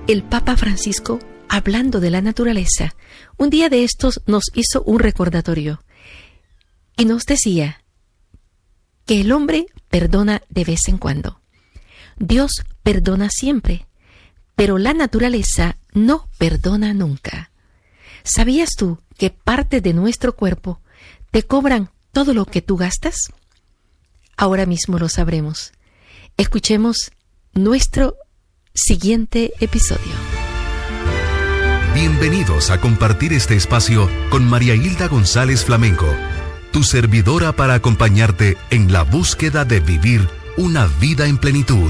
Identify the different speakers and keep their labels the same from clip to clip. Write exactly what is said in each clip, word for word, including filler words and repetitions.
Speaker 1: El Papa Francisco, hablando de la naturaleza, un día de estos nos hizo un recordatorio y nos decía que el hombre perdona de vez en cuando. Dios perdona siempre, pero la naturaleza no perdona nunca. ¿Sabías tú que parte de nuestro cuerpo te cobran todo lo que tú gastas? Ahora mismo lo sabremos. Escuchemos nuestro siguiente episodio.
Speaker 2: Bienvenidos a compartir este espacio con María Hilda González Flamenco, tu servidora para acompañarte en la búsqueda de vivir una vida en plenitud.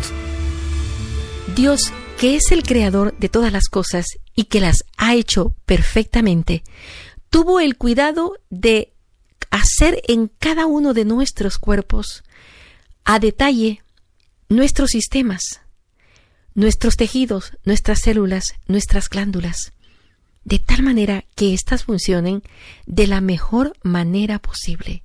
Speaker 1: Dios, que es el creador de todas las cosas y que las ha hecho perfectamente, tuvo el cuidado de hacer en cada uno de nuestros cuerpos a detalle nuestros sistemas, nuestros tejidos, nuestras células, nuestras glándulas, de tal manera que éstas funcionen de la mejor manera posible.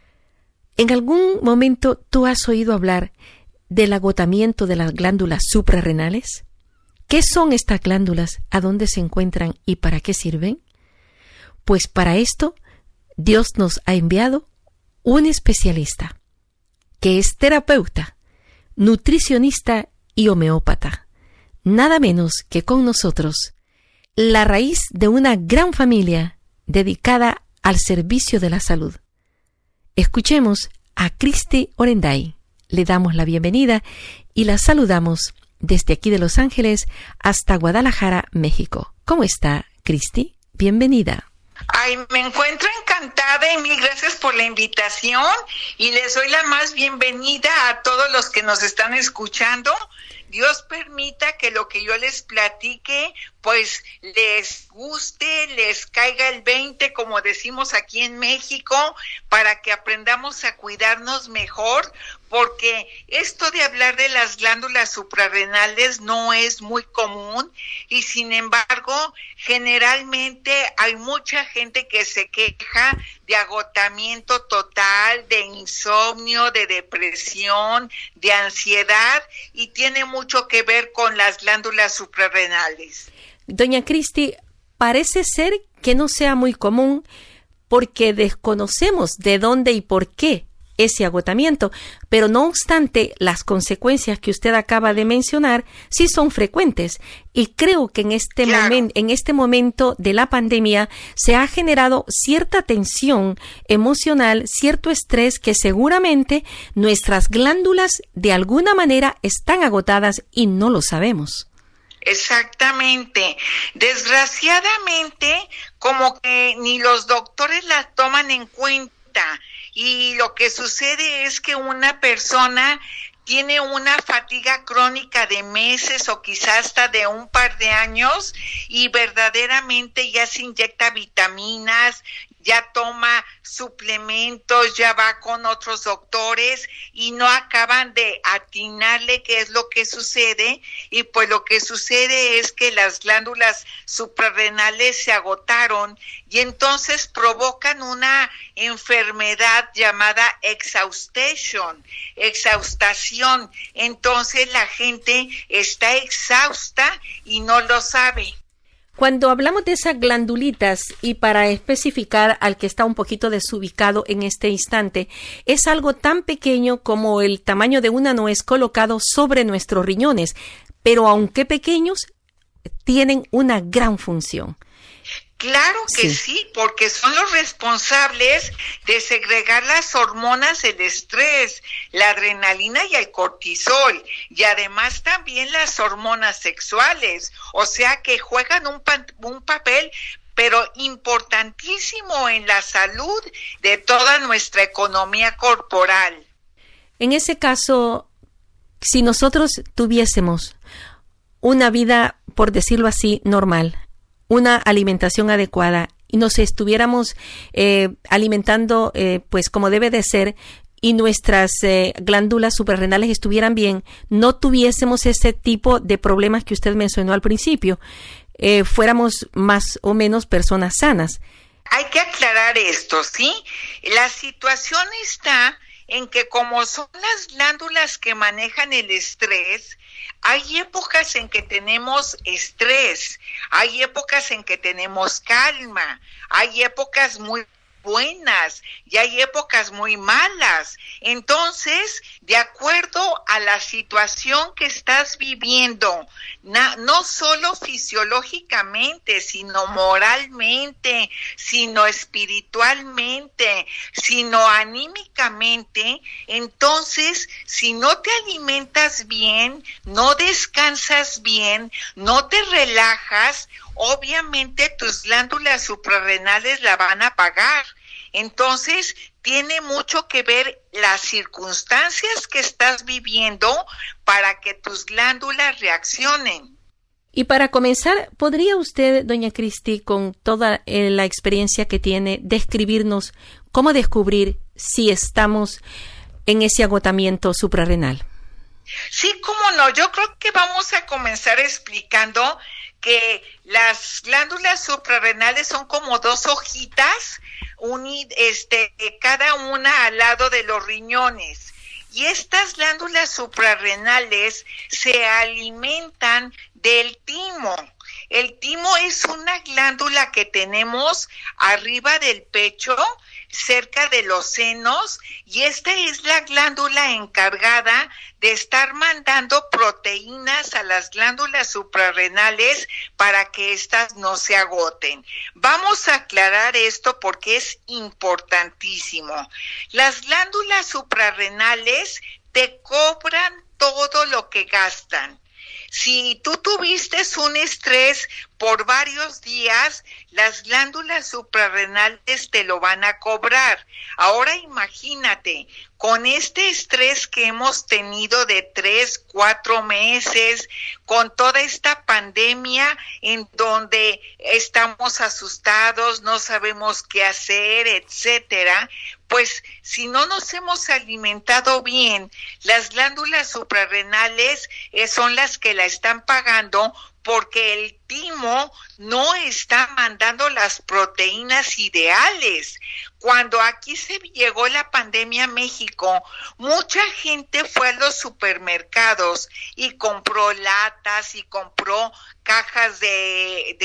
Speaker 1: ¿En algún momento tú has oído hablar del agotamiento de las glándulas suprarrenales? ¿Qué son estas glándulas? ¿A dónde se encuentran y para qué sirven? Pues para esto Dios nos ha enviado un especialista que es terapeuta, nutricionista y homeópata, nada menos que con nosotros, la raíz de una gran familia dedicada al servicio de la salud. Escuchemos a Cristi Orenday. Le damos la bienvenida y la saludamos desde aquí de Los Ángeles hasta Guadalajara, México. ¿Cómo está, Cristi? Bienvenida.
Speaker 3: Ay, me encuentro encantada y mil gracias por la invitación y les doy la más bienvenida a todos los que nos están escuchando. Dios permita que lo que yo les platique, pues les guste, les caiga el veinte, como decimos aquí en México, para que aprendamos a cuidarnos mejor, porque esto de hablar de las glándulas suprarrenales no es muy común y sin embargo, generalmente hay mucha gente que se queja de agotamiento total, de insomnio, de depresión, de ansiedad y tiene mucho que ver con las glándulas suprarrenales.
Speaker 1: Doña Cristi, parece ser que no sea muy común porque desconocemos de dónde y por qué ese agotamiento, pero no obstante, las consecuencias que usted acaba de mencionar sí son frecuentes y creo que en este
Speaker 3: claro.
Speaker 1: momento, en este momento de la pandemia se ha generado cierta tensión emocional, cierto estrés que seguramente nuestras glándulas de alguna manera están agotadas y no lo sabemos.
Speaker 3: Exactamente. Desgraciadamente, como que ni los doctores las toman en cuenta. Y lo que sucede es que una persona tiene una fatiga crónica de meses o quizás hasta de un par de años y verdaderamente ya se inyecta vitaminas, ya toma suplementos, ya va con otros doctores y no acaban de atinarle qué es lo que sucede y pues lo que sucede es que las glándulas suprarrenales se agotaron y entonces provocan una enfermedad llamada exhaustion, exhaustación. Entonces la gente está exhausta y no lo sabe.
Speaker 1: Cuando hablamos de esas glandulitas, y para especificar al que está un poquito desubicado en este instante, es algo tan pequeño como el tamaño de una nuez colocado sobre nuestros riñones, pero aunque pequeños, tienen una gran función.
Speaker 3: Claro que sí.
Speaker 1: sí,
Speaker 3: porque son los responsables de segregar las hormonas del estrés, la adrenalina y el cortisol, y además también las hormonas sexuales, o sea que juegan un, pa- un papel pero importantísimo en la salud de toda nuestra economía corporal.
Speaker 1: En ese caso, si nosotros tuviésemos una vida, por decirlo así, normal, una alimentación adecuada y nos estuviéramos eh, alimentando eh, pues como debe de ser y nuestras eh, glándulas suprarrenales estuvieran bien, no tuviésemos ese tipo de problemas que usted mencionó al principio, eh, fuéramos más o menos personas sanas.
Speaker 3: Hay que aclarar esto, ¿sí? La situación está en que como son las glándulas que manejan el estrés, hay épocas en que tenemos estrés, hay épocas en que tenemos calma, hay épocas muy buenas y hay épocas muy malas. Entonces, de acuerdo a la situación que estás viviendo, na, no solo fisiológicamente, sino moralmente, sino espiritualmente, sino anímicamente, entonces, si no te alimentas bien, no descansas bien, no te relajas, obviamente tus glándulas suprarrenales la van a pagar. Entonces, tiene mucho que ver las circunstancias que estás viviendo para que tus glándulas reaccionen.
Speaker 1: Y para comenzar, ¿podría usted, doña Cristi, con toda eh, la experiencia que tiene, describirnos cómo descubrir si estamos en ese agotamiento suprarrenal?
Speaker 3: Sí, cómo no. Yo creo que vamos a comenzar explicando que las glándulas suprarrenales son como dos hojitas, uni, este, cada una al lado de los riñones. Y estas glándulas suprarrenales se alimentan del timo. El timo es una glándula que tenemos arriba del pecho, cerca de los senos, y esta es la glándula encargada de estar mandando proteínas a las glándulas suprarrenales para que éstas no se agoten. Vamos a aclarar esto porque es importantísimo. Las glándulas suprarrenales te cobran todo lo que gastan. Si tú tuviste un estrés por varios días, las glándulas suprarrenales te lo van a cobrar. Ahora imagínate, con este estrés que hemos tenido de tres, cuatro meses, con toda esta pandemia en donde estamos asustados, no sabemos qué hacer, etcétera, pues si no nos hemos alimentado bien, las glándulas suprarrenales eh, son las que la están pagando porque el timo no está mandando las proteínas ideales. Cuando aquí se llegó la pandemia a México, mucha gente fue a los supermercados y compró latas y compró cajas de,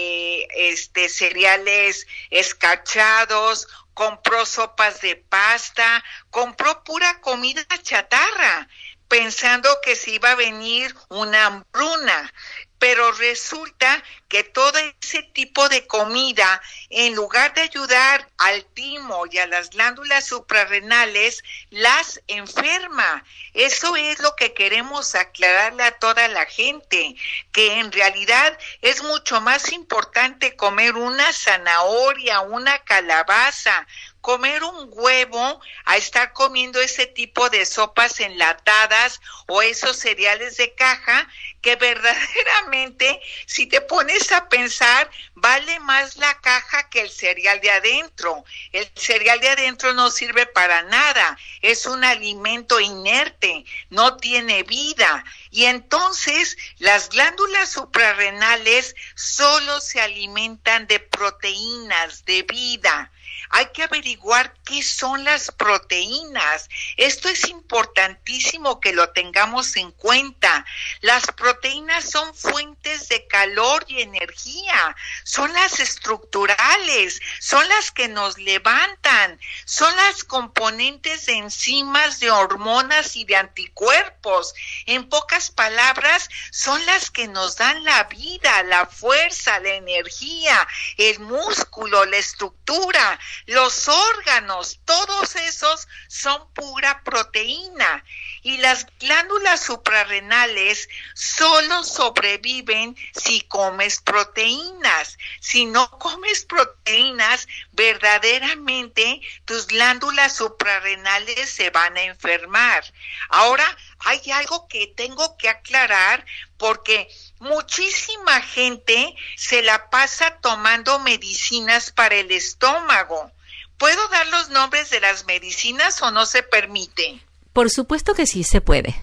Speaker 3: de este, cereales escarchados, compró sopas de pasta, compró pura comida chatarra, pensando que se iba a venir una hambruna. Pero resulta que todo ese tipo de comida, en lugar de ayudar al timo y a las glándulas suprarrenales, las enferma. Eso es lo que queremos aclararle a toda la gente, que en realidad es mucho más importante comer una zanahoria, una calabaza, comer un huevo, a estar comiendo ese tipo de sopas enlatadas o esos cereales de caja, que verdaderamente, si te pones a pensar, vale más la caja que el cereal de adentro. El cereal de adentro no sirve para nada, es un alimento inerte, no tiene vida. Y entonces las glándulas suprarrenales solo se alimentan de proteínas, de vida. Hay que averiguar qué son las proteínas. Esto es importantísimo que lo tengamos en cuenta. Las proteínas son fuentes de calor y energía. Son las estructurales, son las que nos levantan, son las componentes de enzimas, de hormonas y de anticuerpos. En pocas palabras, son las que nos dan la vida, la fuerza, la energía, el músculo, la estructura, los órganos, todos esos son pura proteína. Y las glándulas suprarrenales solo sobreviven si comes proteínas. Si no comes proteínas, verdaderamente tus glándulas suprarrenales se van a enfermar. Ahora, hay algo que tengo que aclarar porque muchísima gente se la pasa tomando medicinas para el estómago. ¿Puedo dar los nombres de las medicinas o no se permite?
Speaker 1: Por supuesto que sí se puede.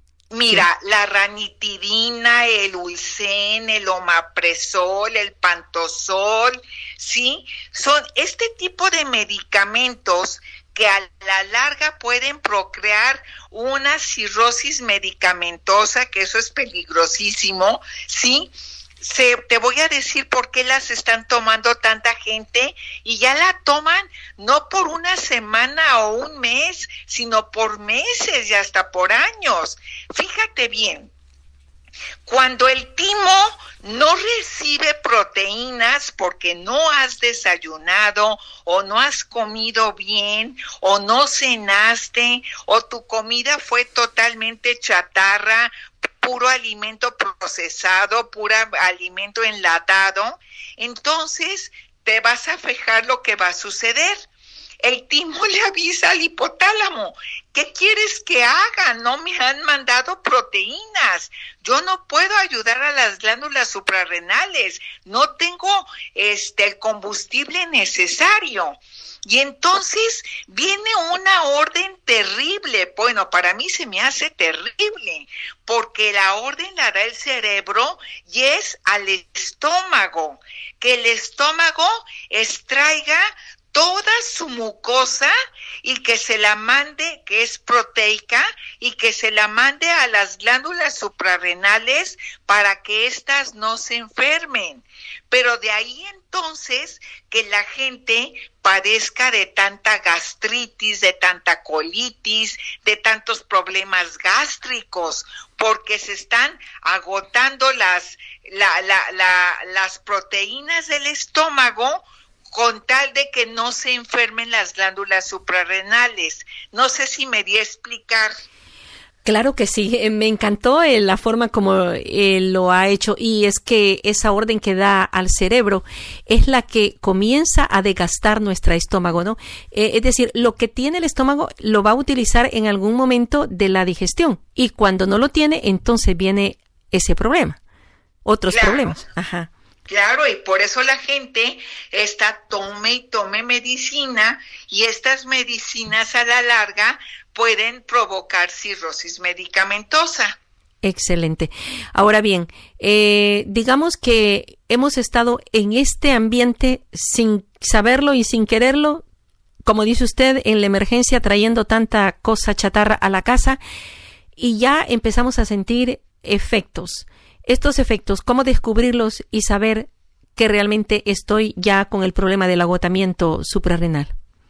Speaker 3: Mira, sí. La ranitidina, el Ulcen, el Omeprazol, el Pantosol, ¿sí? Son este tipo de medicamentos que a la larga pueden procrear una cirrosis medicamentosa, que eso es peligrosísimo, ¿sí? Se, te voy a decir por qué las están tomando tanta gente, y ya la toman no por una semana o un mes, sino por meses y hasta por años. Fíjate bien, cuando el timo no recibe proteínas porque no has desayunado o no has comido bien o no cenaste o tu comida fue totalmente chatarra, puro alimento procesado, puro alimento enlatado, entonces te vas a fijar lo que va a suceder. El timo le avisa al hipotálamo, ¿qué quieres que haga? No me han mandado proteínas, yo no puedo ayudar a las glándulas suprarrenales, no tengo este el combustible necesario. Y entonces viene una orden terrible, bueno, para mí se me hace terrible, porque la orden la da el cerebro y es al estómago, que el estómago extraiga toda su mucosa y que se la mande, que es proteica, y que se la mande a las glándulas suprarrenales para que éstas no se enfermen. Pero de ahí entonces que la gente padezca de tanta gastritis, de tanta colitis, de tantos problemas gástricos, porque se están agotando las, la, la, la, las proteínas del estómago con tal de que no se enfermen las glándulas suprarrenales. No sé si me di a explicar.
Speaker 1: Claro que sí, me encantó eh, la forma como eh, lo ha hecho, y es que esa orden que da al cerebro es la que comienza a desgastar nuestro estómago, ¿no? Eh, es decir, lo que tiene el estómago lo va a utilizar en algún momento de la digestión, y cuando no lo tiene, entonces viene ese problema, otros
Speaker 3: claro.
Speaker 1: problemas. Ajá.
Speaker 3: Claro, y por eso la gente está tome y tome medicina, y estas medicinas a la larga pueden provocar cirrosis medicamentosa.
Speaker 1: Excelente. Ahora bien, eh, digamos que hemos estado en este ambiente sin saberlo y sin quererlo, como dice usted, en la emergencia trayendo tanta cosa chatarra a la casa, y ya empezamos a sentir efectos. Estos efectos, ¿cómo descubrirlos y saber que realmente estoy ya con el problema del agotamiento suprarrenal?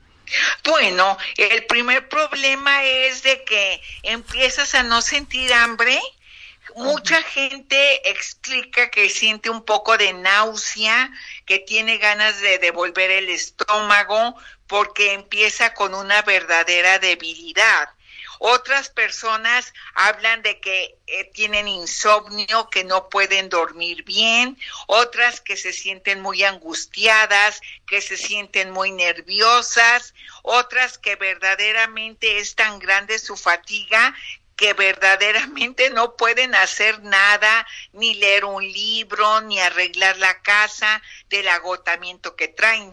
Speaker 3: Bueno, el primer problema es de que empiezas a no sentir hambre. Mucha gente explica que siente un poco de náusea, que tiene ganas de devolver el estómago porque empieza con una verdadera debilidad. Otras personas hablan de que eh, tienen insomnio, que no pueden dormir bien, otras que se sienten muy angustiadas, que se sienten muy nerviosas, otras que verdaderamente es tan grande su fatiga que verdaderamente no pueden hacer nada, ni leer un libro, ni arreglar la casa del agotamiento que traen.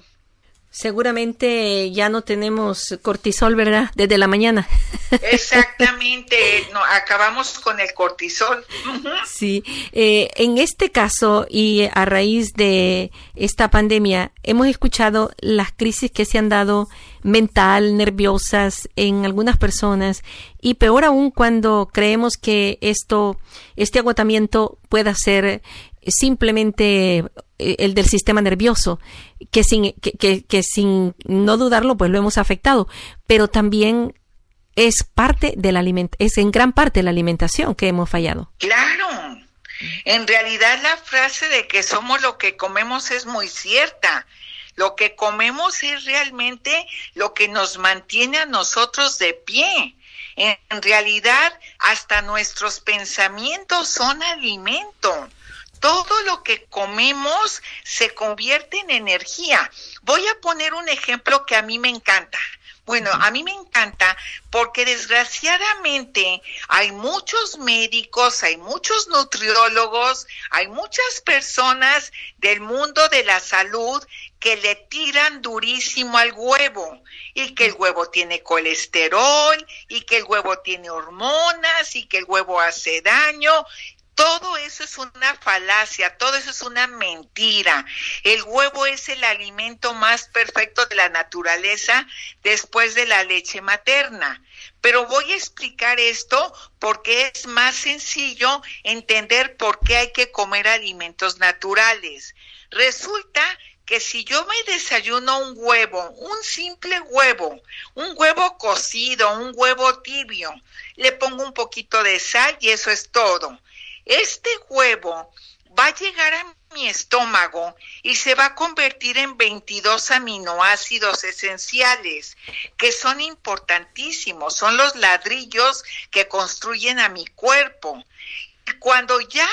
Speaker 1: Seguramente ya no tenemos cortisol, ¿verdad? Desde la mañana.
Speaker 3: Exactamente, no, acabamos con el cortisol.
Speaker 1: Sí, eh, en este caso y a raíz de esta pandemia, hemos escuchado las crisis que se han dado mental, nerviosas en algunas personas, y peor aún cuando creemos que esto, este agotamiento pueda ser simplemente el del sistema nervioso, que sin, que, que, que sin no dudarlo, pues lo hemos afectado, pero también es parte de la aliment- es en gran parte la alimentación que hemos fallado.
Speaker 3: Claro, en realidad la frase de que somos lo que comemos es muy cierta. Lo que comemos es realmente lo que nos mantiene a nosotros de pie. En, en realidad, hasta nuestros pensamientos son alimento. Todo lo que comemos se convierte en energía. Voy a poner un ejemplo que a mí me encanta. Bueno, a mí me encanta porque desgraciadamente hay muchos médicos, hay muchos nutriólogos, hay muchas personas del mundo de la salud que le tiran durísimo al huevo, y que el huevo tiene colesterol, y que el huevo tiene hormonas, y que el huevo hace daño. Todo eso es una falacia, todo eso es una mentira. El huevo es el alimento más perfecto de la naturaleza después de la leche materna. Pero voy a explicar esto porque es más sencillo entender por qué hay que comer alimentos naturales. Resulta que si yo me desayuno un huevo, un simple huevo, un huevo cocido, un huevo tibio, le pongo un poquito de sal y eso es todo. Este huevo va a llegar a mi estómago y se va a convertir en veintidós aminoácidos esenciales, que son importantísimos, son los ladrillos que construyen a mi cuerpo. Cuando ya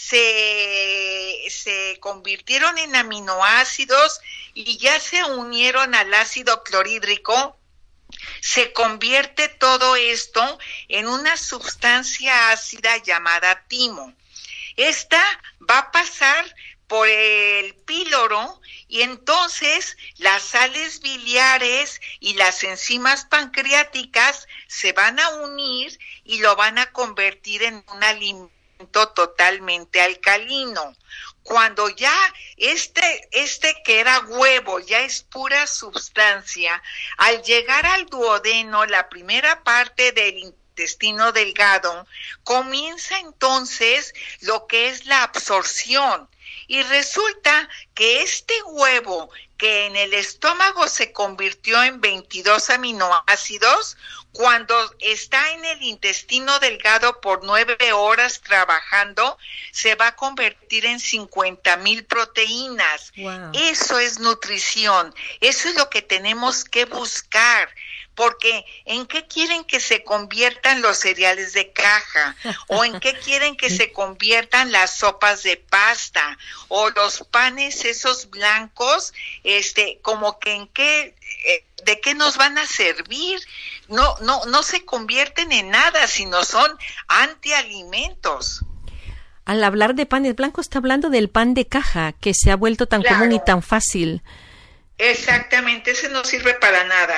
Speaker 3: se, se convirtieron en aminoácidos y ya se unieron al ácido clorhídrico, se convierte todo esto en una sustancia ácida llamada timo. Esta va a pasar por el píloro y entonces las sales biliares y las enzimas pancreáticas se van a unir y lo van a convertir en un alimento totalmente alcalino. Cuando ya este, este que era huevo ya es pura sustancia, al llegar al duodeno, la primera parte del intestino delgado, comienza entonces lo que es la absorción. Y resulta que este huevo que en el estómago se convirtió en veintidós aminoácidos, cuando está en el intestino delgado por nueve horas trabajando, se va a convertir en cincuenta mil proteínas. Wow. Eso es nutrición, eso es lo que tenemos que buscar. Porque ¿en qué quieren que se conviertan los cereales de caja? ¿O en qué quieren que se conviertan las sopas de pasta? ¿O los panes esos blancos? Este, como que en qué, eh, ¿de qué nos van a servir? No, no, no se convierten en nada, sino son antialimentos.
Speaker 1: Al hablar de panes blancos, está hablando del pan de caja, que se ha vuelto tan claro. común y tan fácil.
Speaker 3: Exactamente, ese no sirve para nada.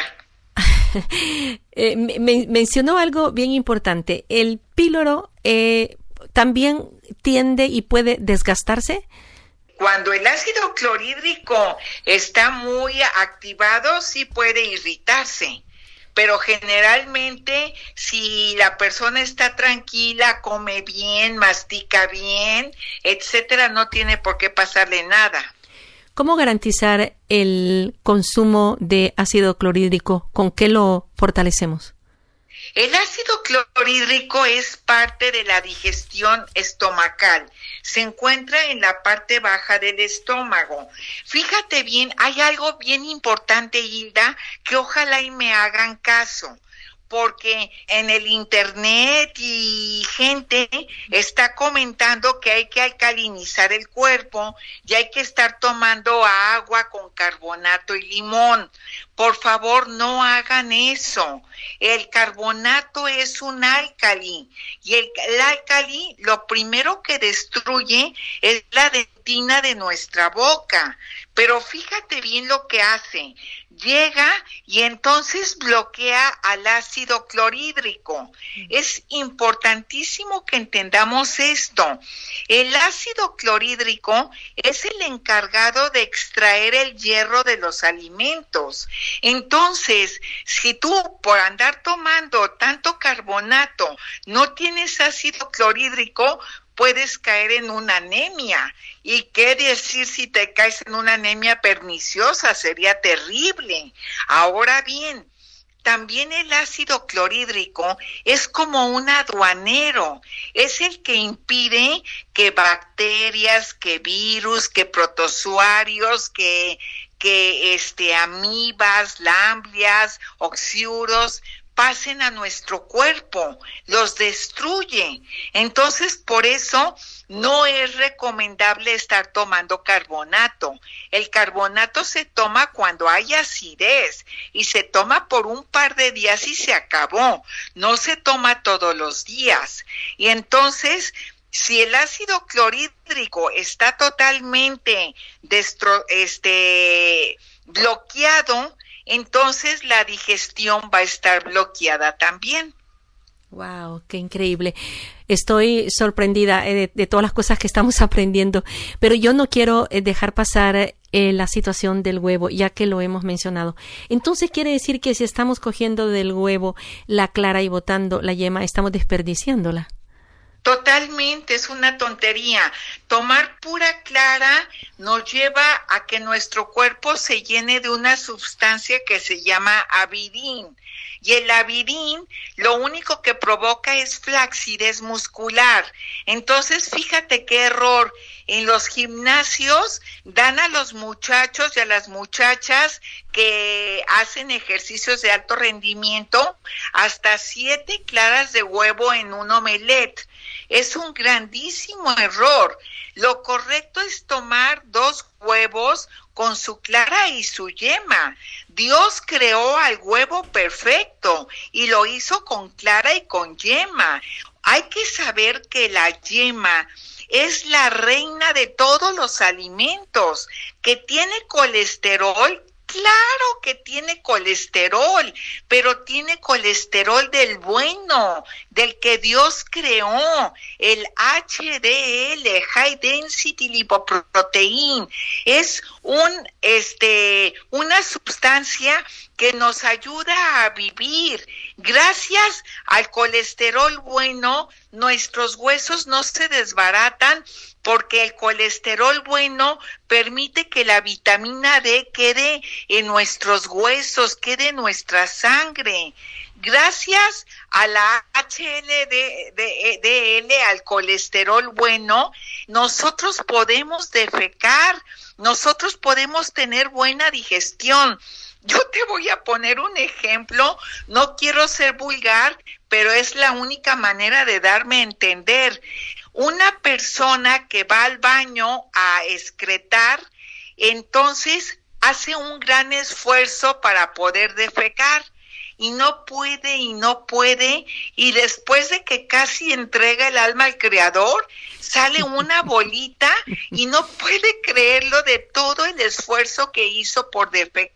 Speaker 1: eh, me, mencionó algo bien importante. ¿El píloro eh, también tiende y puede desgastarse?
Speaker 3: Cuando el ácido clorhídrico está muy activado, sí puede irritarse. Pero generalmente, si la persona está tranquila, come bien, mastica bien, etcétera, no tiene por qué pasarle nada.
Speaker 1: ¿Cómo garantizar el consumo de ácido clorhídrico? ¿Con qué lo fortalecemos?
Speaker 3: El ácido clorhídrico es parte de la digestión estomacal. Se encuentra en la parte baja del estómago. Fíjate bien, hay algo bien importante, Hilda, que ojalá y me hagan caso. Porque en el internet y gente está comentando que hay que alcalinizar el cuerpo y hay que estar tomando agua con carbonato y limón. Por favor, no hagan eso. El carbonato es un álcali y el, el álcali lo primero que destruye es la dentina de nuestra boca. Pero fíjate bien lo que hace. Llega y entonces bloquea al ácido clorhídrico. Es importantísimo que entendamos esto. El ácido clorhídrico es el encargado de extraer el hierro de los alimentos. Entonces, si tú por andar tomando tanto carbonato no tienes ácido clorhídrico, puedes caer en una anemia. ¿Y qué decir si te caes en una anemia perniciosa? Sería terrible. Ahora bien, también el ácido clorhídrico es como un aduanero. Es el que impide que bacterias, que virus, que protozoarios, que, que este, amibas, lamblias, oxiuros, pasen a nuestro cuerpo, los destruye. Entonces, por eso no es recomendable estar tomando carbonato. El carbonato se toma cuando hay acidez y se toma por un par de días y se acabó. No se toma todos los días. Y entonces, si el ácido clorhídrico está totalmente destro- este, bloqueado, entonces la digestión va a estar bloqueada también.
Speaker 1: Wow, qué increíble. Estoy sorprendida de, de todas las cosas que estamos aprendiendo, pero yo no quiero dejar pasar eh, la situación del huevo, ya que lo hemos mencionado. Entonces quiere decir que si estamos cogiendo del huevo la clara y botando la yema, estamos desperdiciándola.
Speaker 3: Totalmente, es una tontería. Tomar pura clara nos lleva a que nuestro cuerpo se llene de una sustancia que se llama avidín. Y el avidín lo único que provoca es flacidez muscular. Entonces, fíjate qué error. En los gimnasios dan a los muchachos y a las muchachas que hacen ejercicios de alto rendimiento hasta siete claras de huevo en un omelette. Es un grandísimo error. Lo correcto es tomar dos huevos con su clara y su yema. Dios creó al huevo perfecto y lo hizo con clara y con yema. Hay que saber que la yema es la reina de todos los alimentos, que tiene colesterol. Claro que tiene colesterol, pero tiene colesterol del bueno, del que Dios creó, el H D L, High Density Lipoprotein. Es un, este, una sustancia que nos ayuda a vivir. Gracias al colesterol bueno, nuestros huesos no se desbaratan, porque el colesterol bueno permite que la vitamina D quede en nuestros huesos, quede en nuestra sangre. Gracias a la H L D L, al colesterol bueno, nosotros podemos defecar, nosotros podemos tener buena digestión. Yo te voy a poner un ejemplo, no quiero ser vulgar, pero es la única manera de darme a entender. Una persona que va al baño a excretar, entonces hace un gran esfuerzo para poder defecar y no puede y no puede, y después de que casi entrega el alma al Creador, sale una bolita y no puede creerlo de todo el esfuerzo que hizo por defecar.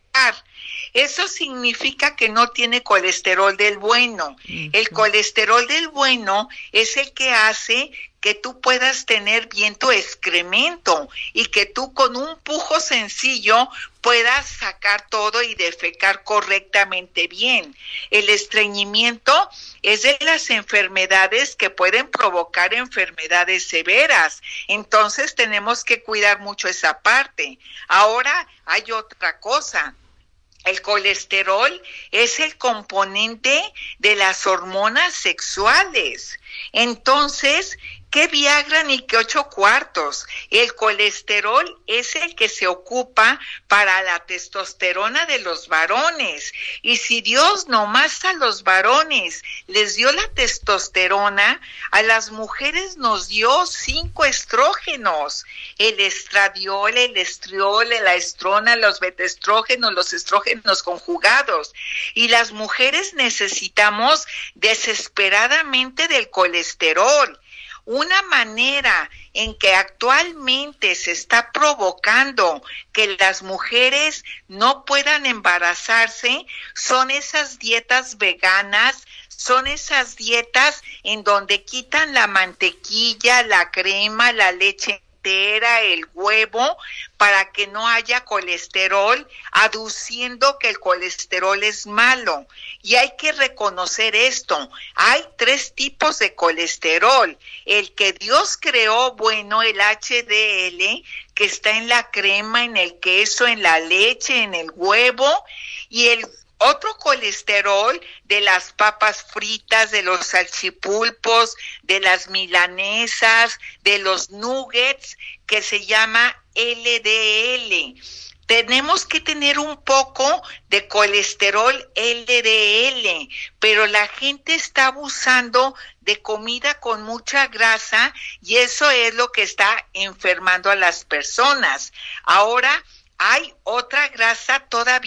Speaker 3: Eso significa que no tiene colesterol del bueno. El colesterol del bueno es el que hace que tú puedas tener bien tu excremento y que tú con un pujo sencillo puedas sacar todo y defecar correctamente bien. El estreñimiento es de las enfermedades que pueden provocar enfermedades severas. Entonces tenemos que cuidar mucho esa parte. Ahora hay otra cosa. El colesterol es el componente de las hormonas sexuales. Entonces, ¿qué Viagra ni qué ocho cuartos? El colesterol es el que se ocupa para la testosterona de los varones. Y si Dios nomás a los varones les dio la testosterona, a las mujeres nos dio cinco estrógenos. El estradiol, el estriol, la estrona, los betaestrógenos, los estrógenos conjugados. Y las mujeres necesitamos desesperadamente del colesterol. Una manera en que actualmente se está provocando que las mujeres no puedan embarazarse son esas dietas veganas, son esas dietas en donde quitan la mantequilla, la crema, la leche entera, el huevo, para que no haya colesterol, aduciendo que el colesterol es malo. Y hay que reconocer esto. Hay tres tipos de colesterol. El que Dios creó, bueno, el H D L, que está en la crema, en el queso, en la leche, en el huevo, y el otro colesterol de las papas fritas, de los salchipulpos, de las milanesas, de los nuggets, que se llama L D L. Tenemos que tener un poco de colesterol L D L, pero la gente está abusando de comida con mucha grasa y eso es lo que está enfermando a las personas. Ahora, hay otra grasa todavía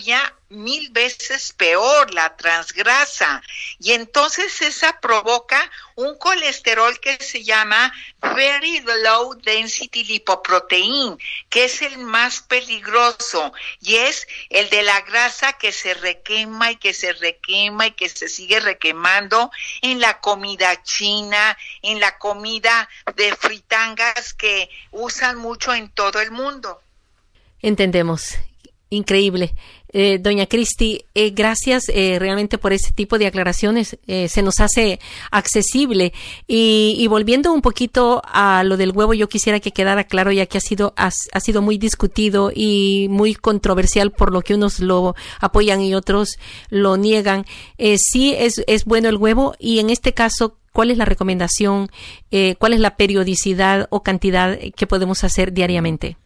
Speaker 3: mil veces peor, la transgrasa, y entonces esa provoca un colesterol que se llama Very Low Density Lipoprotein, que es el más peligroso, y es el de la grasa que se requema y que se requema y que se sigue requemando en la comida china, en la comida de fritangas que usan mucho en todo el mundo.
Speaker 1: Entendemos. Increíble. Eh, doña Cristi, eh, gracias eh, realmente por ese tipo de aclaraciones. Eh, se nos hace accesible. Y, y volviendo un poquito a lo del huevo, yo quisiera que quedara claro, ya que ha sido, ha, ha sido muy discutido y muy controversial, por lo que unos lo apoyan y otros lo niegan. Eh, sí es, es bueno el huevo, y en este caso, ¿cuál es la recomendación? Eh, ¿Cuál es la periodicidad o cantidad que podemos hacer diariamente?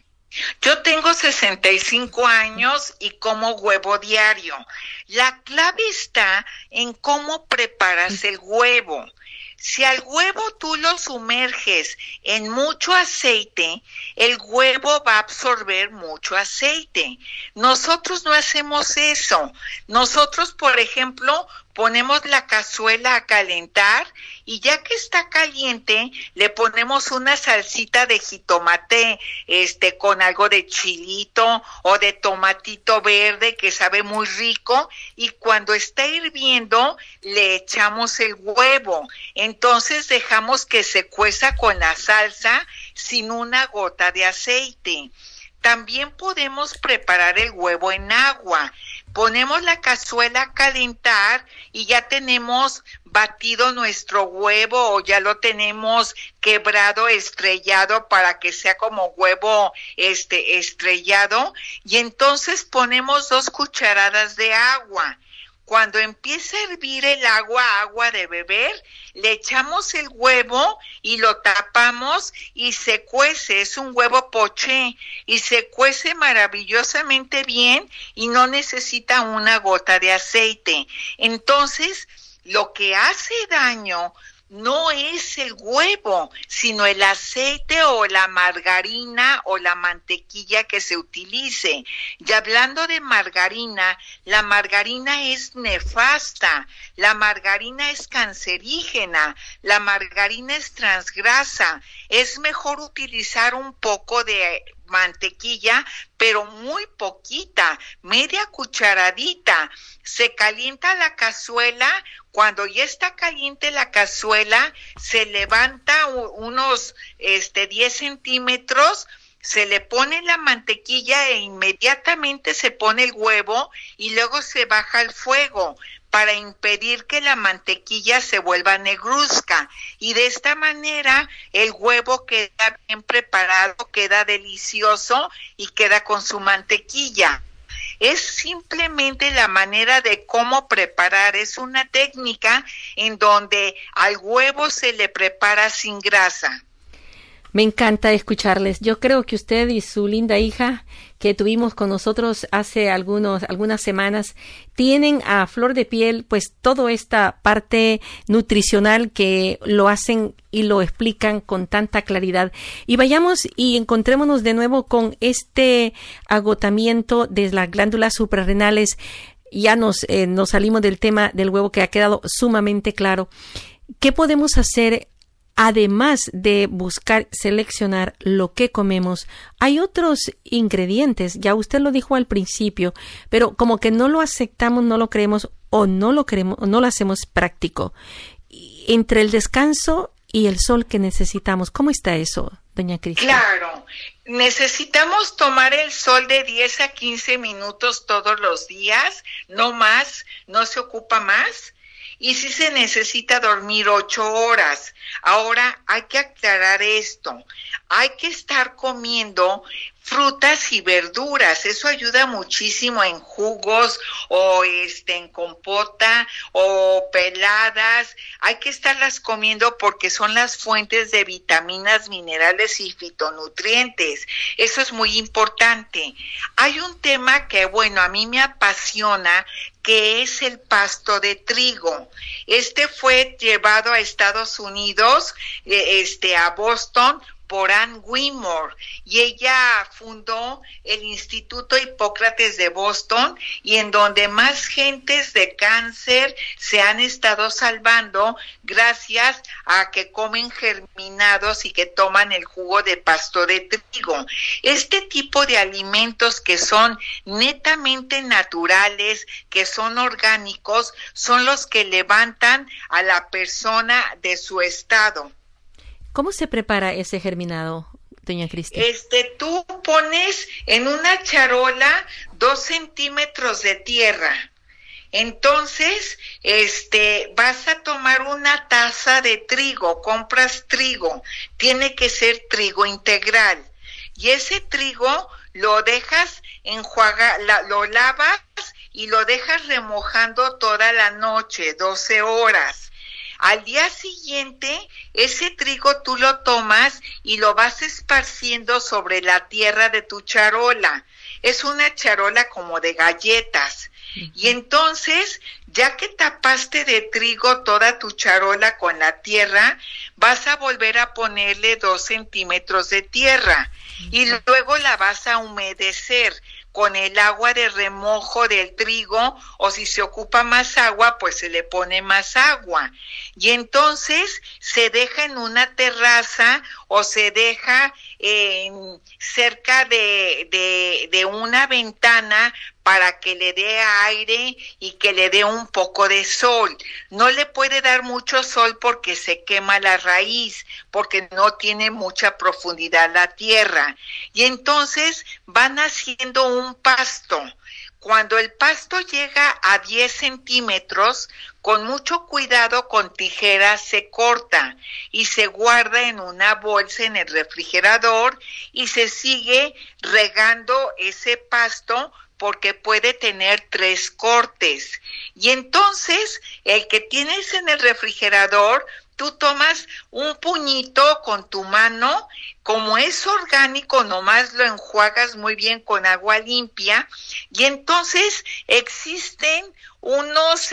Speaker 3: Yo tengo sesenta y cinco años y como huevo diario. La clave está en cómo preparas el huevo. Si al huevo tú lo sumerges en mucho aceite, el huevo va a absorber mucho aceite. Nosotros no hacemos eso. Nosotros, por ejemplo, ponemos la cazuela a calentar y ya que está caliente, le ponemos una salsita de jitomate, este, con algo de chilito o de tomatito verde que sabe muy rico, y cuando está hirviendo, le echamos el huevo. Entonces dejamos que se cueza con la salsa sin una gota de aceite. También podemos preparar el huevo en agua. Ponemos la cazuela a calentar y ya tenemos batido nuestro huevo, o ya lo tenemos quebrado, estrellado, para que sea como huevo este estrellado, y entonces ponemos dos cucharadas de agua. Cuando empieza a hervir el agua, agua de beber, le echamos el huevo y lo tapamos y se cuece. Es un huevo poché y se cuece maravillosamente bien y no necesita una gota de aceite. Entonces, lo que hace daño no es el huevo, sino el aceite o la margarina o la mantequilla que se utilice. Y hablando de margarina, la margarina es nefasta, la margarina es cancerígena, la margarina es transgrasa. Es mejor utilizar un poco de mantequilla, pero muy poquita, media cucharadita. Se calienta la cazuela. Cuando ya está caliente la cazuela, se levanta unos este, diez centímetros, se le pone la mantequilla e inmediatamente se pone el huevo y luego se baja el fuego para impedir que la mantequilla se vuelva negruzca. Y de esta manera el huevo queda bien preparado, queda delicioso y queda con su mantequilla. Es simplemente la manera de cómo preparar, es una técnica en donde al huevo se le prepara sin grasa.
Speaker 1: Me encanta escucharles. Yo creo que usted y su linda hija que tuvimos con nosotros hace algunos, algunas semanas tienen a flor de piel pues toda esta parte nutricional que lo hacen y lo explican con tanta claridad. Y vayamos y encontrémonos de nuevo con este agotamiento de las glándulas suprarrenales. Ya nos, eh, nos salimos del tema del huevo, que ha quedado sumamente claro. ¿Qué podemos hacer? Además de buscar seleccionar lo que comemos, hay otros ingredientes, ya usted lo dijo al principio, pero como que no lo aceptamos, no lo creemos o no lo creemos, no lo hacemos práctico. Entre el descanso y el sol que necesitamos, ¿cómo está eso, doña Cristi?
Speaker 3: Claro, necesitamos tomar el sol de diez a quince minutos todos los días, no más, no se ocupa más. Y si se necesita dormir ocho horas. Ahora hay que aclarar esto. Hay que estar comiendo frutas y verduras. Eso ayuda muchísimo en jugos o este en compota o peladas. Hay que estarlas comiendo porque son las fuentes de vitaminas, minerales y fitonutrientes. Eso es muy importante. Hay un tema que, bueno, a mí me apasiona, que es el pasto de trigo. Este fue llevado a Estados Unidos, este, a Boston, por Ann Wigmore, y ella fundó el Instituto Hipócrates de Boston, y en donde más gentes de cáncer se han estado salvando gracias a que comen germinados y que toman el jugo de pasto de trigo. Este tipo de alimentos que son netamente naturales, que son orgánicos, son los que levantan a la persona de su estado.
Speaker 1: ¿Cómo se prepara ese germinado, doña Cristi?
Speaker 3: Este, tú pones en una charola dos centímetros de tierra. Entonces, este, vas a tomar una taza de trigo, compras trigo, tiene que ser trigo integral. Y ese trigo lo dejas enjuagar, la, lo lavas y lo dejas remojando toda la noche, doce horas. Al día siguiente, ese trigo tú lo tomas y lo vas esparciendo sobre la tierra de tu charola. Es una charola como de galletas. Y entonces, ya que tapaste de trigo toda tu charola con la tierra, vas a volver a ponerle dos centímetros de tierra. Y luego la vas a humedecer con el agua de remojo del trigo, o si se ocupa más agua, pues se le pone más agua. Y entonces se deja en una terraza o se deja eh, cerca de, de, de una ventana para que le dé aire y que le dé un poco de sol. No le puede dar mucho sol porque se quema la raíz, porque no tiene mucha profundidad la tierra. Y entonces van haciendo un pasto. Cuando el pasto llega a diez centímetros, con mucho cuidado con tijeras se corta y se guarda en una bolsa en el refrigerador y se sigue regando ese pasto porque puede tener tres cortes. Y entonces, el que tienes en el refrigerador, tú tomas un puñito con tu mano, como es orgánico, nomás lo enjuagas muy bien con agua limpia, y entonces existen unos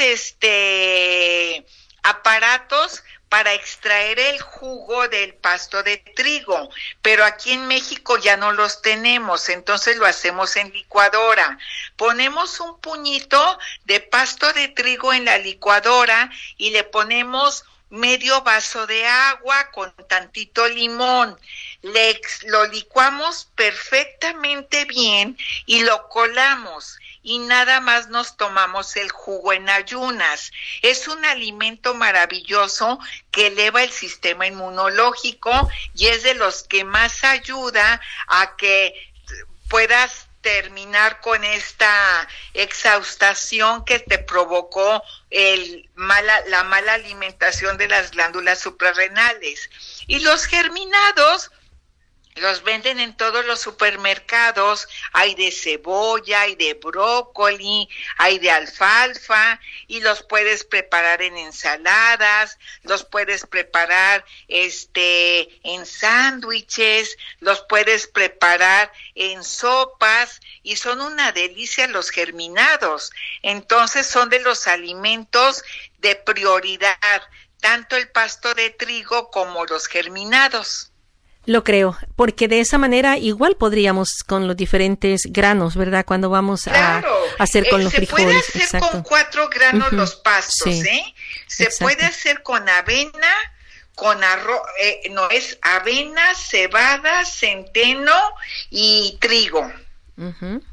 Speaker 3: este aparatos para extraer el jugo del pasto de trigo, pero aquí en México ya no los tenemos, entonces lo hacemos en licuadora. Ponemos un puñito de pasto de trigo en la licuadora y le ponemos medio vaso de agua con tantito limón. Le, lo licuamos perfectamente bien y lo colamos. Y nada más nos tomamos el jugo en ayunas. Es un alimento maravilloso que eleva el sistema inmunológico y es de los que más ayuda a que puedas terminar con esta exhaustación que te provocó el mala, la mala alimentación de las glándulas suprarrenales. Y los germinados los venden en todos los supermercados, hay de cebolla, hay de brócoli, hay de alfalfa, y los puedes preparar en ensaladas, los puedes preparar este en sándwiches, los puedes preparar en sopas, y son una delicia los germinados. Entonces son de los alimentos de prioridad, tanto el pasto de trigo como los germinados.
Speaker 1: Lo creo, porque de esa manera igual podríamos con los diferentes granos, ¿verdad? Cuando vamos
Speaker 3: claro,
Speaker 1: a hacer con
Speaker 3: eh,
Speaker 1: los
Speaker 3: se
Speaker 1: frijoles.
Speaker 3: Se puede hacer exacto. Con cuatro granos uh-huh. los pastos, sí, ¿eh? Se exacto. puede hacer con avena, con arroz, eh, no, es avena, cebada, centeno y trigo.
Speaker 1: Uh-huh.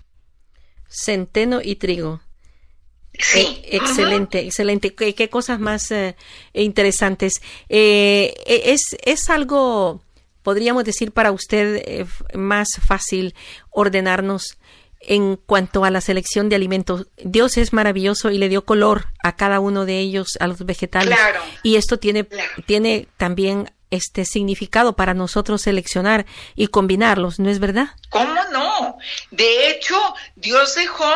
Speaker 1: Centeno y trigo.
Speaker 3: Sí.
Speaker 1: Eh, excelente, uh-huh. excelente. ¿Qué, qué cosas más eh, interesantes? Eh, es, es algo... podríamos decir para usted eh, más fácil ordenarnos en cuanto a la selección de alimentos. Dios es maravilloso y le dio color a cada uno de ellos, a los vegetales.
Speaker 3: Claro.
Speaker 1: Y esto tiene,
Speaker 3: claro.
Speaker 1: tiene también este significado para nosotros seleccionar y combinarlos, ¿no es verdad?
Speaker 3: ¿Cómo no? De hecho, Dios dejó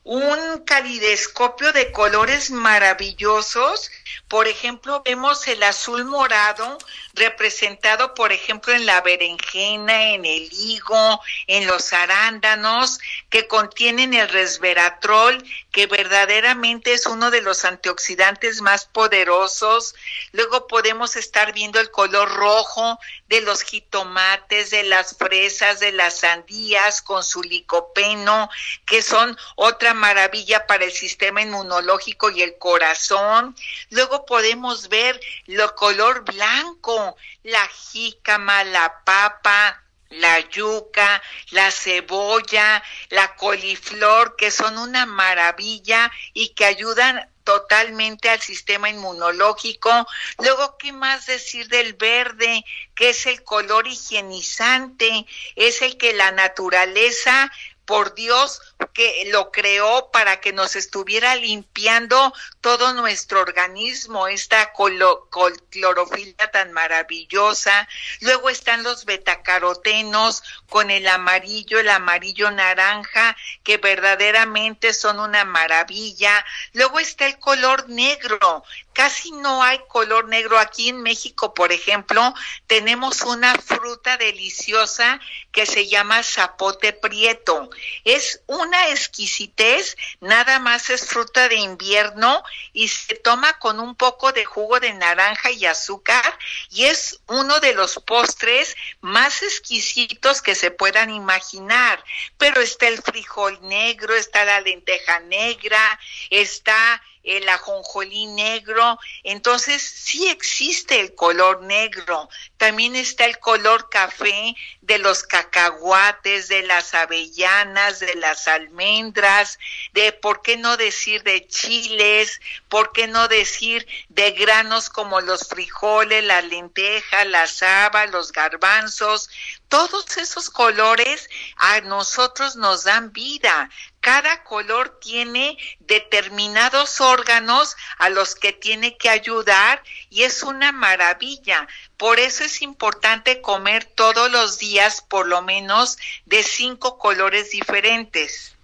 Speaker 3: un calidoscopio de colores maravillosos. Por ejemplo, vemos el azul morado representado, por ejemplo, en la berenjena, en el higo, en los arándanos, que contienen el resveratrol, que verdaderamente es uno de los antioxidantes más poderosos. Luego podemos estar viendo el color rojo de los jitomates, de las fresas, de las sandías, con su licopeno, que son otra maravilla para el sistema inmunológico y el corazón. Luego podemos ver el color blanco, la jícama, la papa, la yuca, la cebolla, la coliflor, que son una maravilla y que ayudan totalmente al sistema inmunológico. Luego, ¿qué más decir del verde? Que es el color higienizante, es el que la naturaleza, por Dios, que lo creó para que nos estuviera limpiando todo nuestro organismo, esta colo, col, clorofila tan maravillosa. Luego están los betacarotenos con el amarillo, el amarillo naranja, que verdaderamente son una maravilla. Luego está el color negro. Casi no hay color negro. Aquí en México, por ejemplo, tenemos una fruta deliciosa que se llama zapote prieto. Es una exquisitez, nada más es fruta de invierno y se toma con un poco de jugo de naranja y azúcar, y es uno de los postres más exquisitos que se puedan imaginar. Pero está el frijol negro, está la lenteja negra, está el ajonjolí negro. Entonces sí existe el color negro. También está el color café de los cacahuates, de las avellanas, de las almendras, de, ¿por qué no decir de chiles? ¿Por qué no decir de granos como los frijoles, la lenteja, la haba, los garbanzos? Todos esos colores a nosotros nos dan vida. Cada color tiene determinados órganos a los que tiene que ayudar y es una maravilla. Por eso es importante comer todos los días por lo menos de cinco colores diferentes.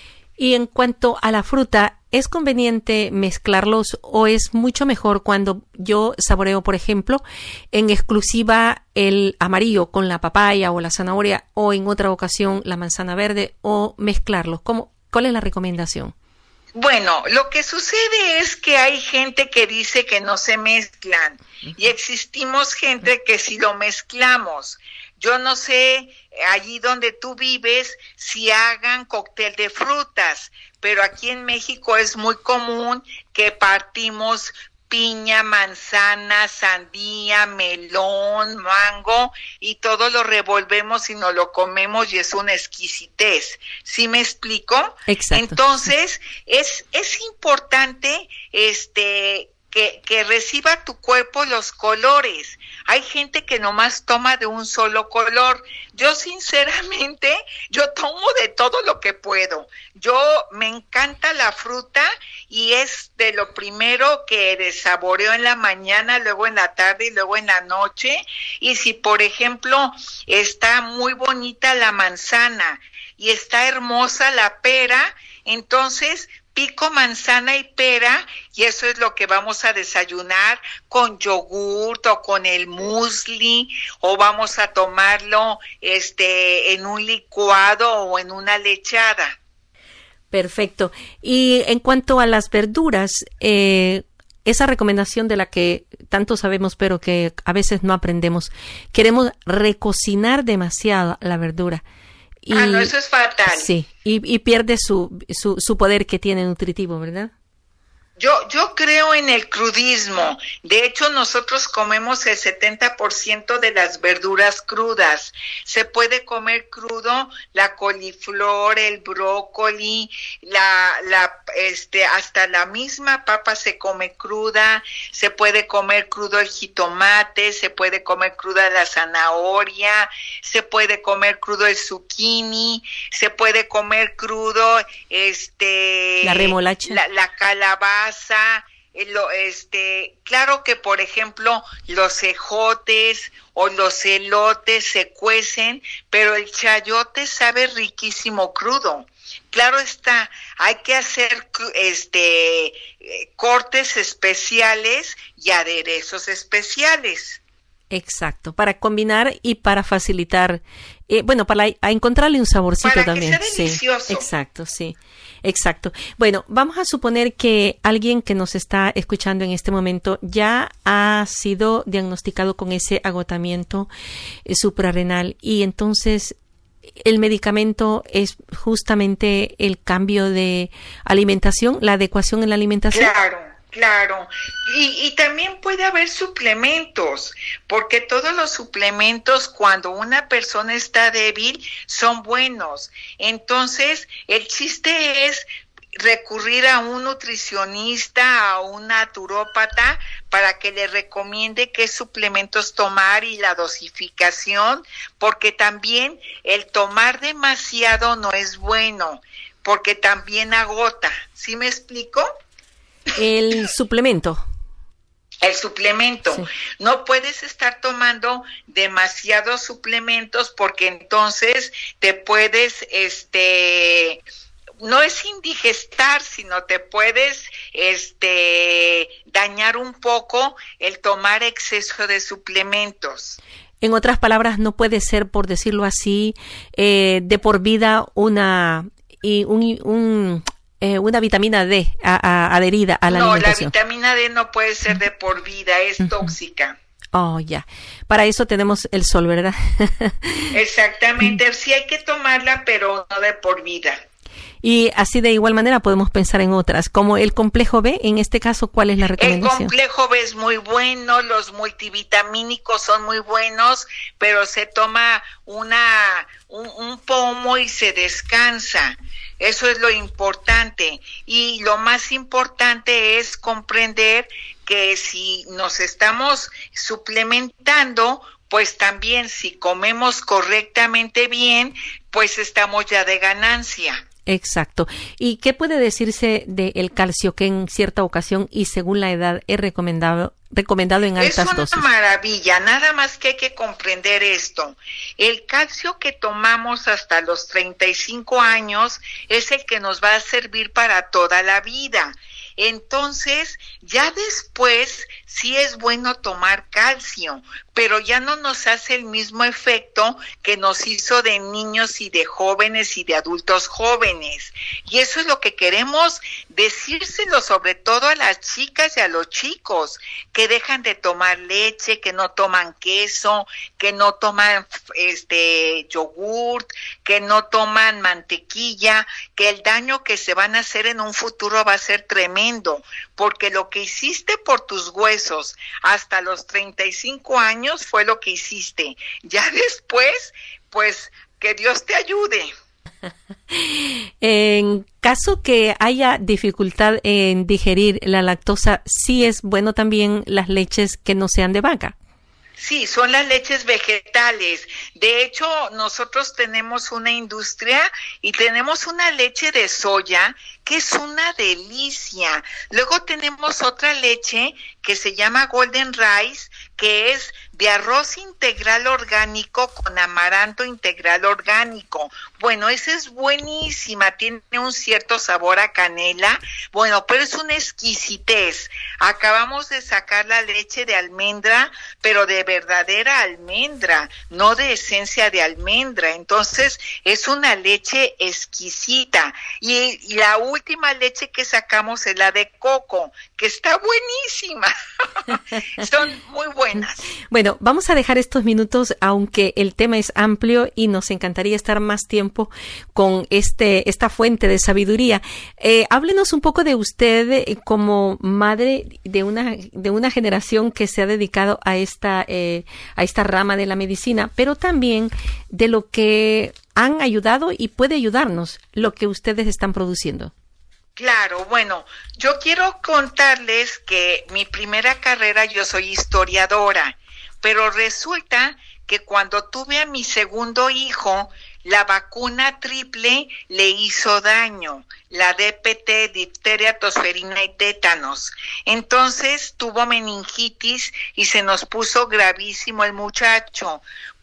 Speaker 1: Y en cuanto a la fruta, ¿es conveniente mezclarlos o es mucho mejor cuando yo saboreo, por ejemplo, en exclusiva el amarillo con la papaya o la zanahoria, o en otra ocasión la manzana verde, o mezclarlos? ¿Cómo, cuál es la recomendación?
Speaker 3: Bueno, lo que sucede es que hay gente que dice que no se mezclan y existimos gente que sí lo mezclamos. Yo no sé allí donde tú vives si hagan cóctel de frutas, pero aquí en México es muy común que partimos piña, manzana, sandía, melón, mango y todo lo revolvemos y nos lo comemos y es una exquisitez. ¿Sí me explico?
Speaker 1: Exacto.
Speaker 3: Entonces, es, es importante este que, que reciba tu cuerpo los colores. Hay gente que nomás toma de un solo color. Yo sinceramente, yo tomo de todo lo que puedo. Yo me encanta la fruta y es de lo primero que desaboreo en la mañana, luego en la tarde y luego en la noche. Y si, por ejemplo, está muy bonita la manzana y está hermosa la pera, entonces pico manzana y pera y eso es lo que vamos a desayunar con yogurt o con el muesli, o vamos a tomarlo este en un licuado o en una lechada.
Speaker 1: Perfecto. Y en cuanto a las verduras, eh, esa recomendación de la que tanto sabemos pero que a veces no aprendemos, queremos recocinar demasiado la verdura. Y,
Speaker 3: ah, no, eso es fatal.
Speaker 1: Sí, y, y pierde su, su, su poder que tiene nutritivo, ¿verdad?
Speaker 3: Yo, yo creo en el crudismo. De hecho, nosotros comemos el setenta por ciento de las verduras crudas. Se puede comer crudo la coliflor, el brócoli, la, la, este, hasta la misma papa se come cruda. Se puede comer crudo el jitomate, se puede comer cruda la zanahoria, se puede comer crudo el zucchini, se puede comer crudo, este,
Speaker 1: la remolacha,
Speaker 3: la, la calabaza. Lo, este, claro que por ejemplo los ejotes o los elotes se cuecen, pero el chayote sabe riquísimo crudo. Claro está, hay que hacer este cortes especiales y aderezos especiales.
Speaker 1: Exacto, para combinar y para facilitar, eh, bueno, para a encontrarle un saborcito
Speaker 3: para
Speaker 1: también.
Speaker 3: Para que sea delicioso.
Speaker 1: Sí, exacto, sí, exacto. Bueno, vamos a suponer que alguien que nos está escuchando en este momento ya ha sido diagnosticado con ese agotamiento eh, suprarrenal y entonces el medicamento es justamente el cambio de alimentación, la adecuación en la alimentación.
Speaker 3: Claro. Claro, y, y también puede haber suplementos, porque todos los suplementos cuando una persona está débil son buenos. Entonces, el chiste es recurrir a un nutricionista, a un naturópata, para que le recomiende qué suplementos tomar y la dosificación, porque también el tomar demasiado no es bueno, porque también agota. ¿Sí me explico?
Speaker 1: El suplemento.
Speaker 3: El suplemento. Sí. No puedes estar tomando demasiados suplementos porque entonces te puedes, este, no es indigestar, sino te puedes, este, dañar un poco el tomar exceso de suplementos.
Speaker 1: En otras palabras, no puede ser, por decirlo así, eh, de por vida una y un, un Eh, una vitamina D a, a, adherida a la
Speaker 3: no,
Speaker 1: alimentación.
Speaker 3: No, la vitamina D no puede ser de por vida, es uh-huh. tóxica.
Speaker 1: Oh, ya. Para eso tenemos el sol, ¿verdad?
Speaker 3: Exactamente, sí hay que tomarla, pero no de por vida.
Speaker 1: Y así de igual manera podemos pensar en otras, como el complejo B, en este caso, ¿cuál es la recomendación?
Speaker 3: El complejo B es muy bueno, los multivitamínicos son muy buenos, pero se toma una un, un pomo y se descansa. Eso es lo importante. Y lo más importante es comprender que si nos estamos suplementando, pues también si comemos correctamente bien, pues estamos ya de ganancia.
Speaker 1: Exacto. ¿Y qué puede decirse del calcio que en cierta ocasión y según la edad es recomendado recomendado en altas dosis?
Speaker 3: Es una maravilla, nada más que hay que comprender esto. El calcio que tomamos hasta los treinta y cinco años es el que nos va a servir para toda la vida. Entonces, ya después sí es bueno tomar calcio, pero ya no nos hace el mismo efecto que nos hizo de niños y de jóvenes y de adultos jóvenes. Y eso es lo que queremos decírselo sobre todo a las chicas y a los chicos, que dejan de tomar leche, que no toman queso, que no toman este yogurt, que no toman mantequilla, que el daño que se van a hacer en un futuro va a ser tremendo, porque lo que hiciste por tus huesos hasta los treinta y cinco años fue lo que hiciste. Ya después, pues, que Dios te ayude.
Speaker 1: En caso que haya dificultad en digerir la lactosa, sí es bueno también las leches que no sean de vaca.
Speaker 3: Sí, son las leches vegetales. De hecho, nosotros tenemos una industria y tenemos una leche de soya que es una delicia. Luego tenemos otra leche que se llama Golden Rice, que es de arroz integral orgánico con amaranto integral orgánico. Bueno, esa es buenísima, tiene un cierto sabor a canela, bueno, pero es una exquisitez. Acabamos de sacar la leche de almendra, pero de verdadera almendra, no de esencia de almendra. Entonces, es una leche exquisita. Y, y la última leche que sacamos es la de coco, que está buenísima. Son muy buenas.
Speaker 1: Bueno, vamos a dejar estos minutos, aunque el tema es amplio y nos encantaría estar más tiempo con este esta fuente de sabiduría. Eh, háblenos un poco de usted eh, como madre de una de una generación que se ha dedicado a esta eh, a esta rama de la medicina, pero también de lo que han ayudado y puede ayudarnos lo que ustedes están produciendo.
Speaker 3: Claro, bueno, yo quiero contarles que mi primera carrera yo soy historiadora, pero resulta que cuando tuve a mi segundo hijo, la vacuna triple le hizo daño, la D P T, difteria, tosferina y tétanos. Entonces tuvo meningitis y se nos puso gravísimo el muchacho.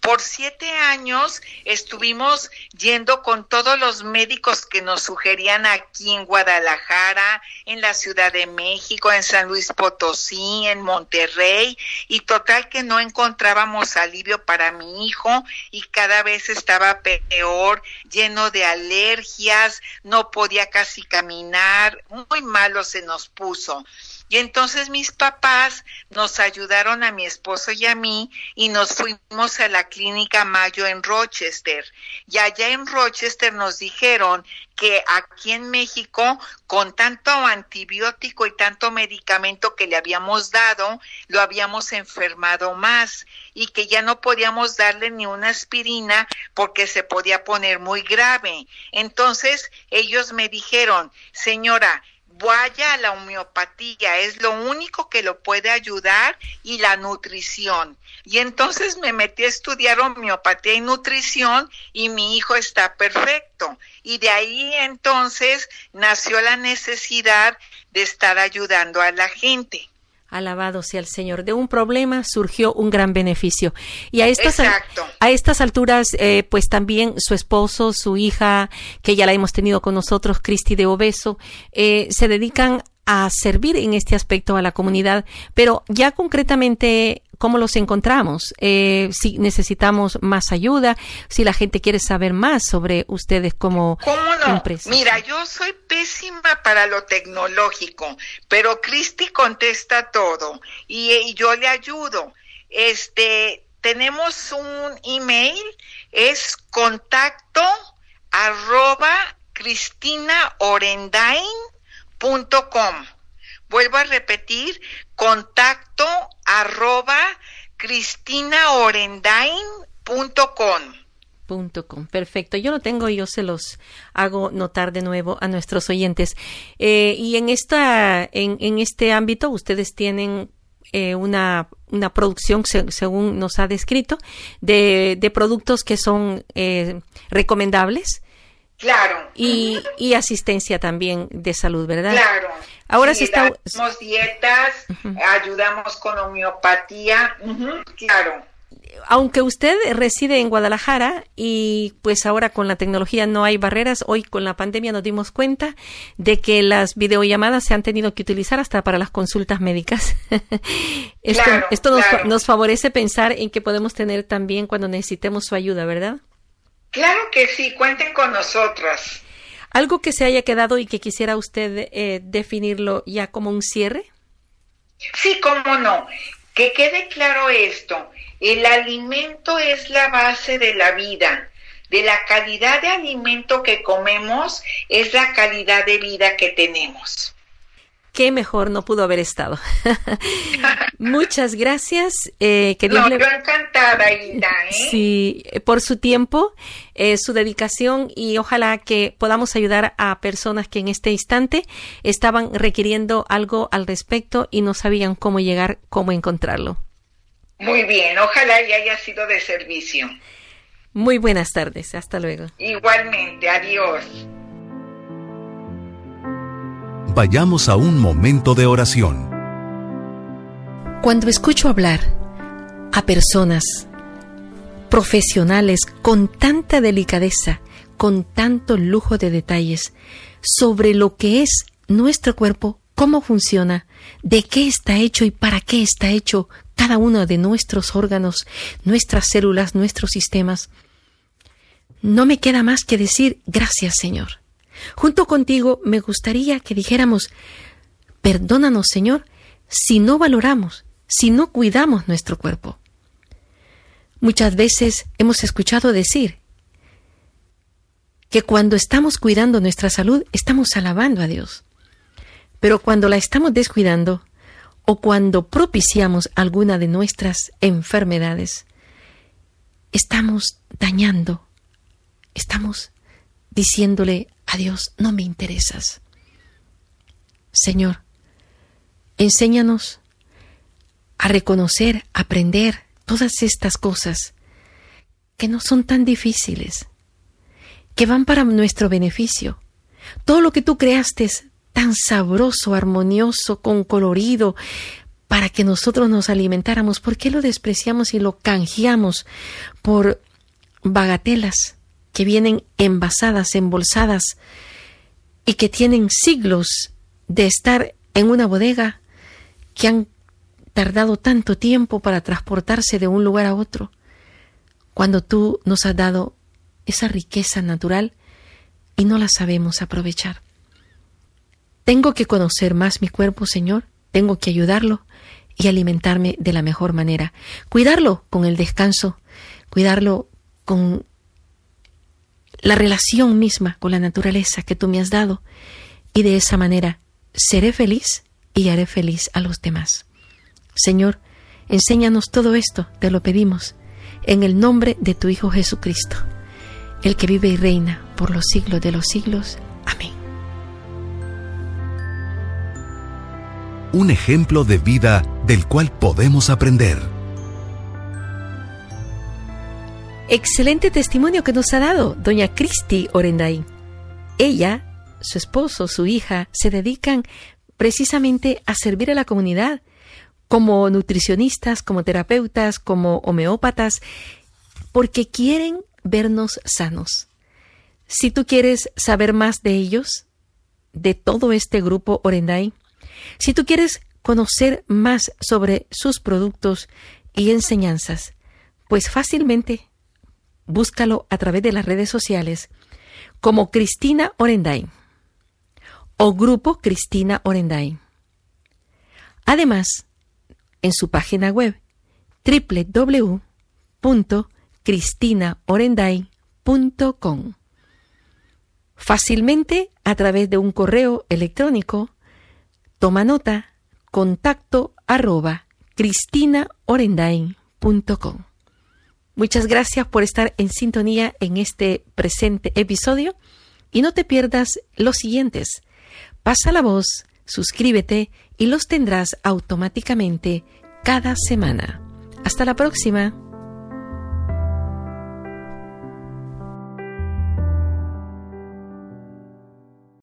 Speaker 3: Por siete años estuvimos yendo con todos los médicos que nos sugerían aquí en Guadalajara, en la Ciudad de México, en San Luis Potosí, en Monterrey, y total que no encontrábamos alivio para mi hijo y cada vez estaba peor, lleno de alergias, no podía casi caminar, muy malo se nos puso. Y entonces mis papás nos ayudaron a mi esposo y a mí y nos fuimos a la Clínica Mayo en Rochester. Y allá en Rochester nos dijeron que aquí en México, con tanto antibiótico y tanto medicamento que le habíamos dado, lo habíamos enfermado más y que ya no podíamos darle ni una aspirina porque se podía poner muy grave. Entonces ellos me dijeron, señora, vaya a la homeopatía, es lo único que lo puede ayudar, y la nutrición. Y entonces me metí a estudiar homeopatía y nutrición y mi hijo está perfecto. Y de ahí entonces nació la necesidad de estar ayudando a la gente.
Speaker 1: Alabado sea el Señor. De un problema surgió un gran beneficio. Y a estas,
Speaker 3: Exacto.
Speaker 1: a estas alturas, eh, pues también su esposo, su hija, que ya la hemos tenido con nosotros, Cristi de Obeso, eh, se dedican a servir en este aspecto a la comunidad. Pero ya concretamente, ¿cómo los encontramos? Eh, si necesitamos más ayuda, si la gente quiere saber más sobre ustedes como
Speaker 3: ¿Cómo no?
Speaker 1: empresa.
Speaker 3: Mira, yo soy pésima para lo tecnológico, pero Cristi contesta todo y, y yo le ayudo. Este, tenemos un email, es contacto arroba cristinaorendain punto com. Vuelvo a repetir, contacto arroba cristinaorendain punto com.
Speaker 1: Punto com. Perfecto, yo lo tengo y yo se los hago notar de nuevo a nuestros oyentes. Eh, y en esta, en, en este ámbito ustedes tienen eh, una, una producción, se, según nos ha descrito, de, de productos que son eh, recomendables.
Speaker 3: Claro.
Speaker 1: Y, uh-huh. y asistencia también de salud, ¿verdad?
Speaker 3: Claro.
Speaker 1: Ahora
Speaker 3: sí,
Speaker 1: se está...
Speaker 3: damos dietas, uh-huh. ayudamos con homeopatía, uh-huh. claro.
Speaker 1: Aunque usted reside en Guadalajara y pues ahora con la tecnología no hay barreras, hoy con la pandemia nos dimos cuenta de que las videollamadas se han tenido que utilizar hasta para las consultas médicas. esto
Speaker 3: claro,
Speaker 1: esto nos,
Speaker 3: claro.
Speaker 1: nos favorece pensar en que podemos tener también cuando necesitemos su ayuda, ¿verdad?
Speaker 3: Claro que sí, cuenten con nosotros.
Speaker 1: ¿Algo que se haya quedado y que quisiera usted eh, definirlo ya como un cierre?
Speaker 3: Sí, cómo no. Que quede claro esto. El alimento es la base de la vida. De la calidad de alimento que comemos es la calidad de vida que tenemos.
Speaker 1: Qué mejor no pudo haber estado. Muchas gracias. Eh, que Dios
Speaker 3: no,
Speaker 1: le...
Speaker 3: yo encantada, Hilda, ¿eh?
Speaker 1: Sí, por su tiempo, eh, su dedicación y ojalá que podamos ayudar a personas que en este instante estaban requiriendo algo al respecto y no sabían cómo llegar, cómo encontrarlo.
Speaker 3: Muy bien, ojalá y haya sido de servicio.
Speaker 1: Muy buenas tardes, hasta luego.
Speaker 3: Igualmente, adiós.
Speaker 2: Vayamos a un momento de oración.
Speaker 1: Cuando escucho hablar a personas profesionales con tanta delicadeza, con tanto lujo de detalles sobre lo que es nuestro cuerpo, cómo funciona, de qué está hecho y para qué está hecho cada uno de nuestros órganos, nuestras células, nuestros sistemas, no me queda más que decir gracias, Señor. Junto contigo me gustaría que dijéramos, perdónanos, Señor, si no valoramos, si no cuidamos nuestro cuerpo. Muchas veces hemos escuchado decir que cuando estamos cuidando nuestra salud, estamos alabando a Dios. Pero cuando la estamos descuidando o cuando propiciamos alguna de nuestras enfermedades, estamos dañando, estamos diciéndole a Dios, no me interesas. Señor, enséñanos a reconocer, a aprender todas estas cosas que no son tan difíciles, que van para nuestro beneficio. Todo lo que tú creaste es tan sabroso, armonioso, con colorido, para que nosotros nos alimentáramos. ¿Por qué lo despreciamos y lo canjeamos por bagatelas que vienen envasadas, embolsadas y que tienen siglos de estar en una bodega, que han tardado tanto tiempo para transportarse de un lugar a otro, cuando tú nos has dado esa riqueza natural y no la sabemos aprovechar? Tengo que conocer más mi cuerpo, Señor, tengo que ayudarlo y alimentarme de la mejor manera, cuidarlo con el descanso, cuidarlo con la relación misma con la naturaleza que tú me has dado, y de esa manera seré feliz y haré feliz a los demás. Señor, enséñanos todo esto, te lo pedimos, en el nombre de tu Hijo Jesucristo, el que vive y reina por los siglos de los siglos. Amén.
Speaker 2: Un ejemplo de vida del cual podemos aprender.
Speaker 1: Excelente testimonio que nos ha dado doña Cristi Orendain. Ella, su esposo, su hija, se dedican precisamente a servir a la comunidad como nutricionistas, como terapeutas, como homeópatas, porque quieren vernos sanos. Si tú quieres saber más de ellos, de todo este grupo Orendain, si tú quieres conocer más sobre sus productos y enseñanzas, pues fácilmente búscalo a través de las redes sociales como Cristina Orendain o Grupo Cristina Orendain. Además, en su página web doble u doble u doble u punto cristina orendain punto com. Fácilmente a través de un correo electrónico, toma nota, contacto arroba cristina orendain punto com. Muchas gracias por estar en sintonía en este presente episodio y no te pierdas los siguientes. Pasa la voz, suscríbete y los tendrás automáticamente cada semana. Hasta la próxima.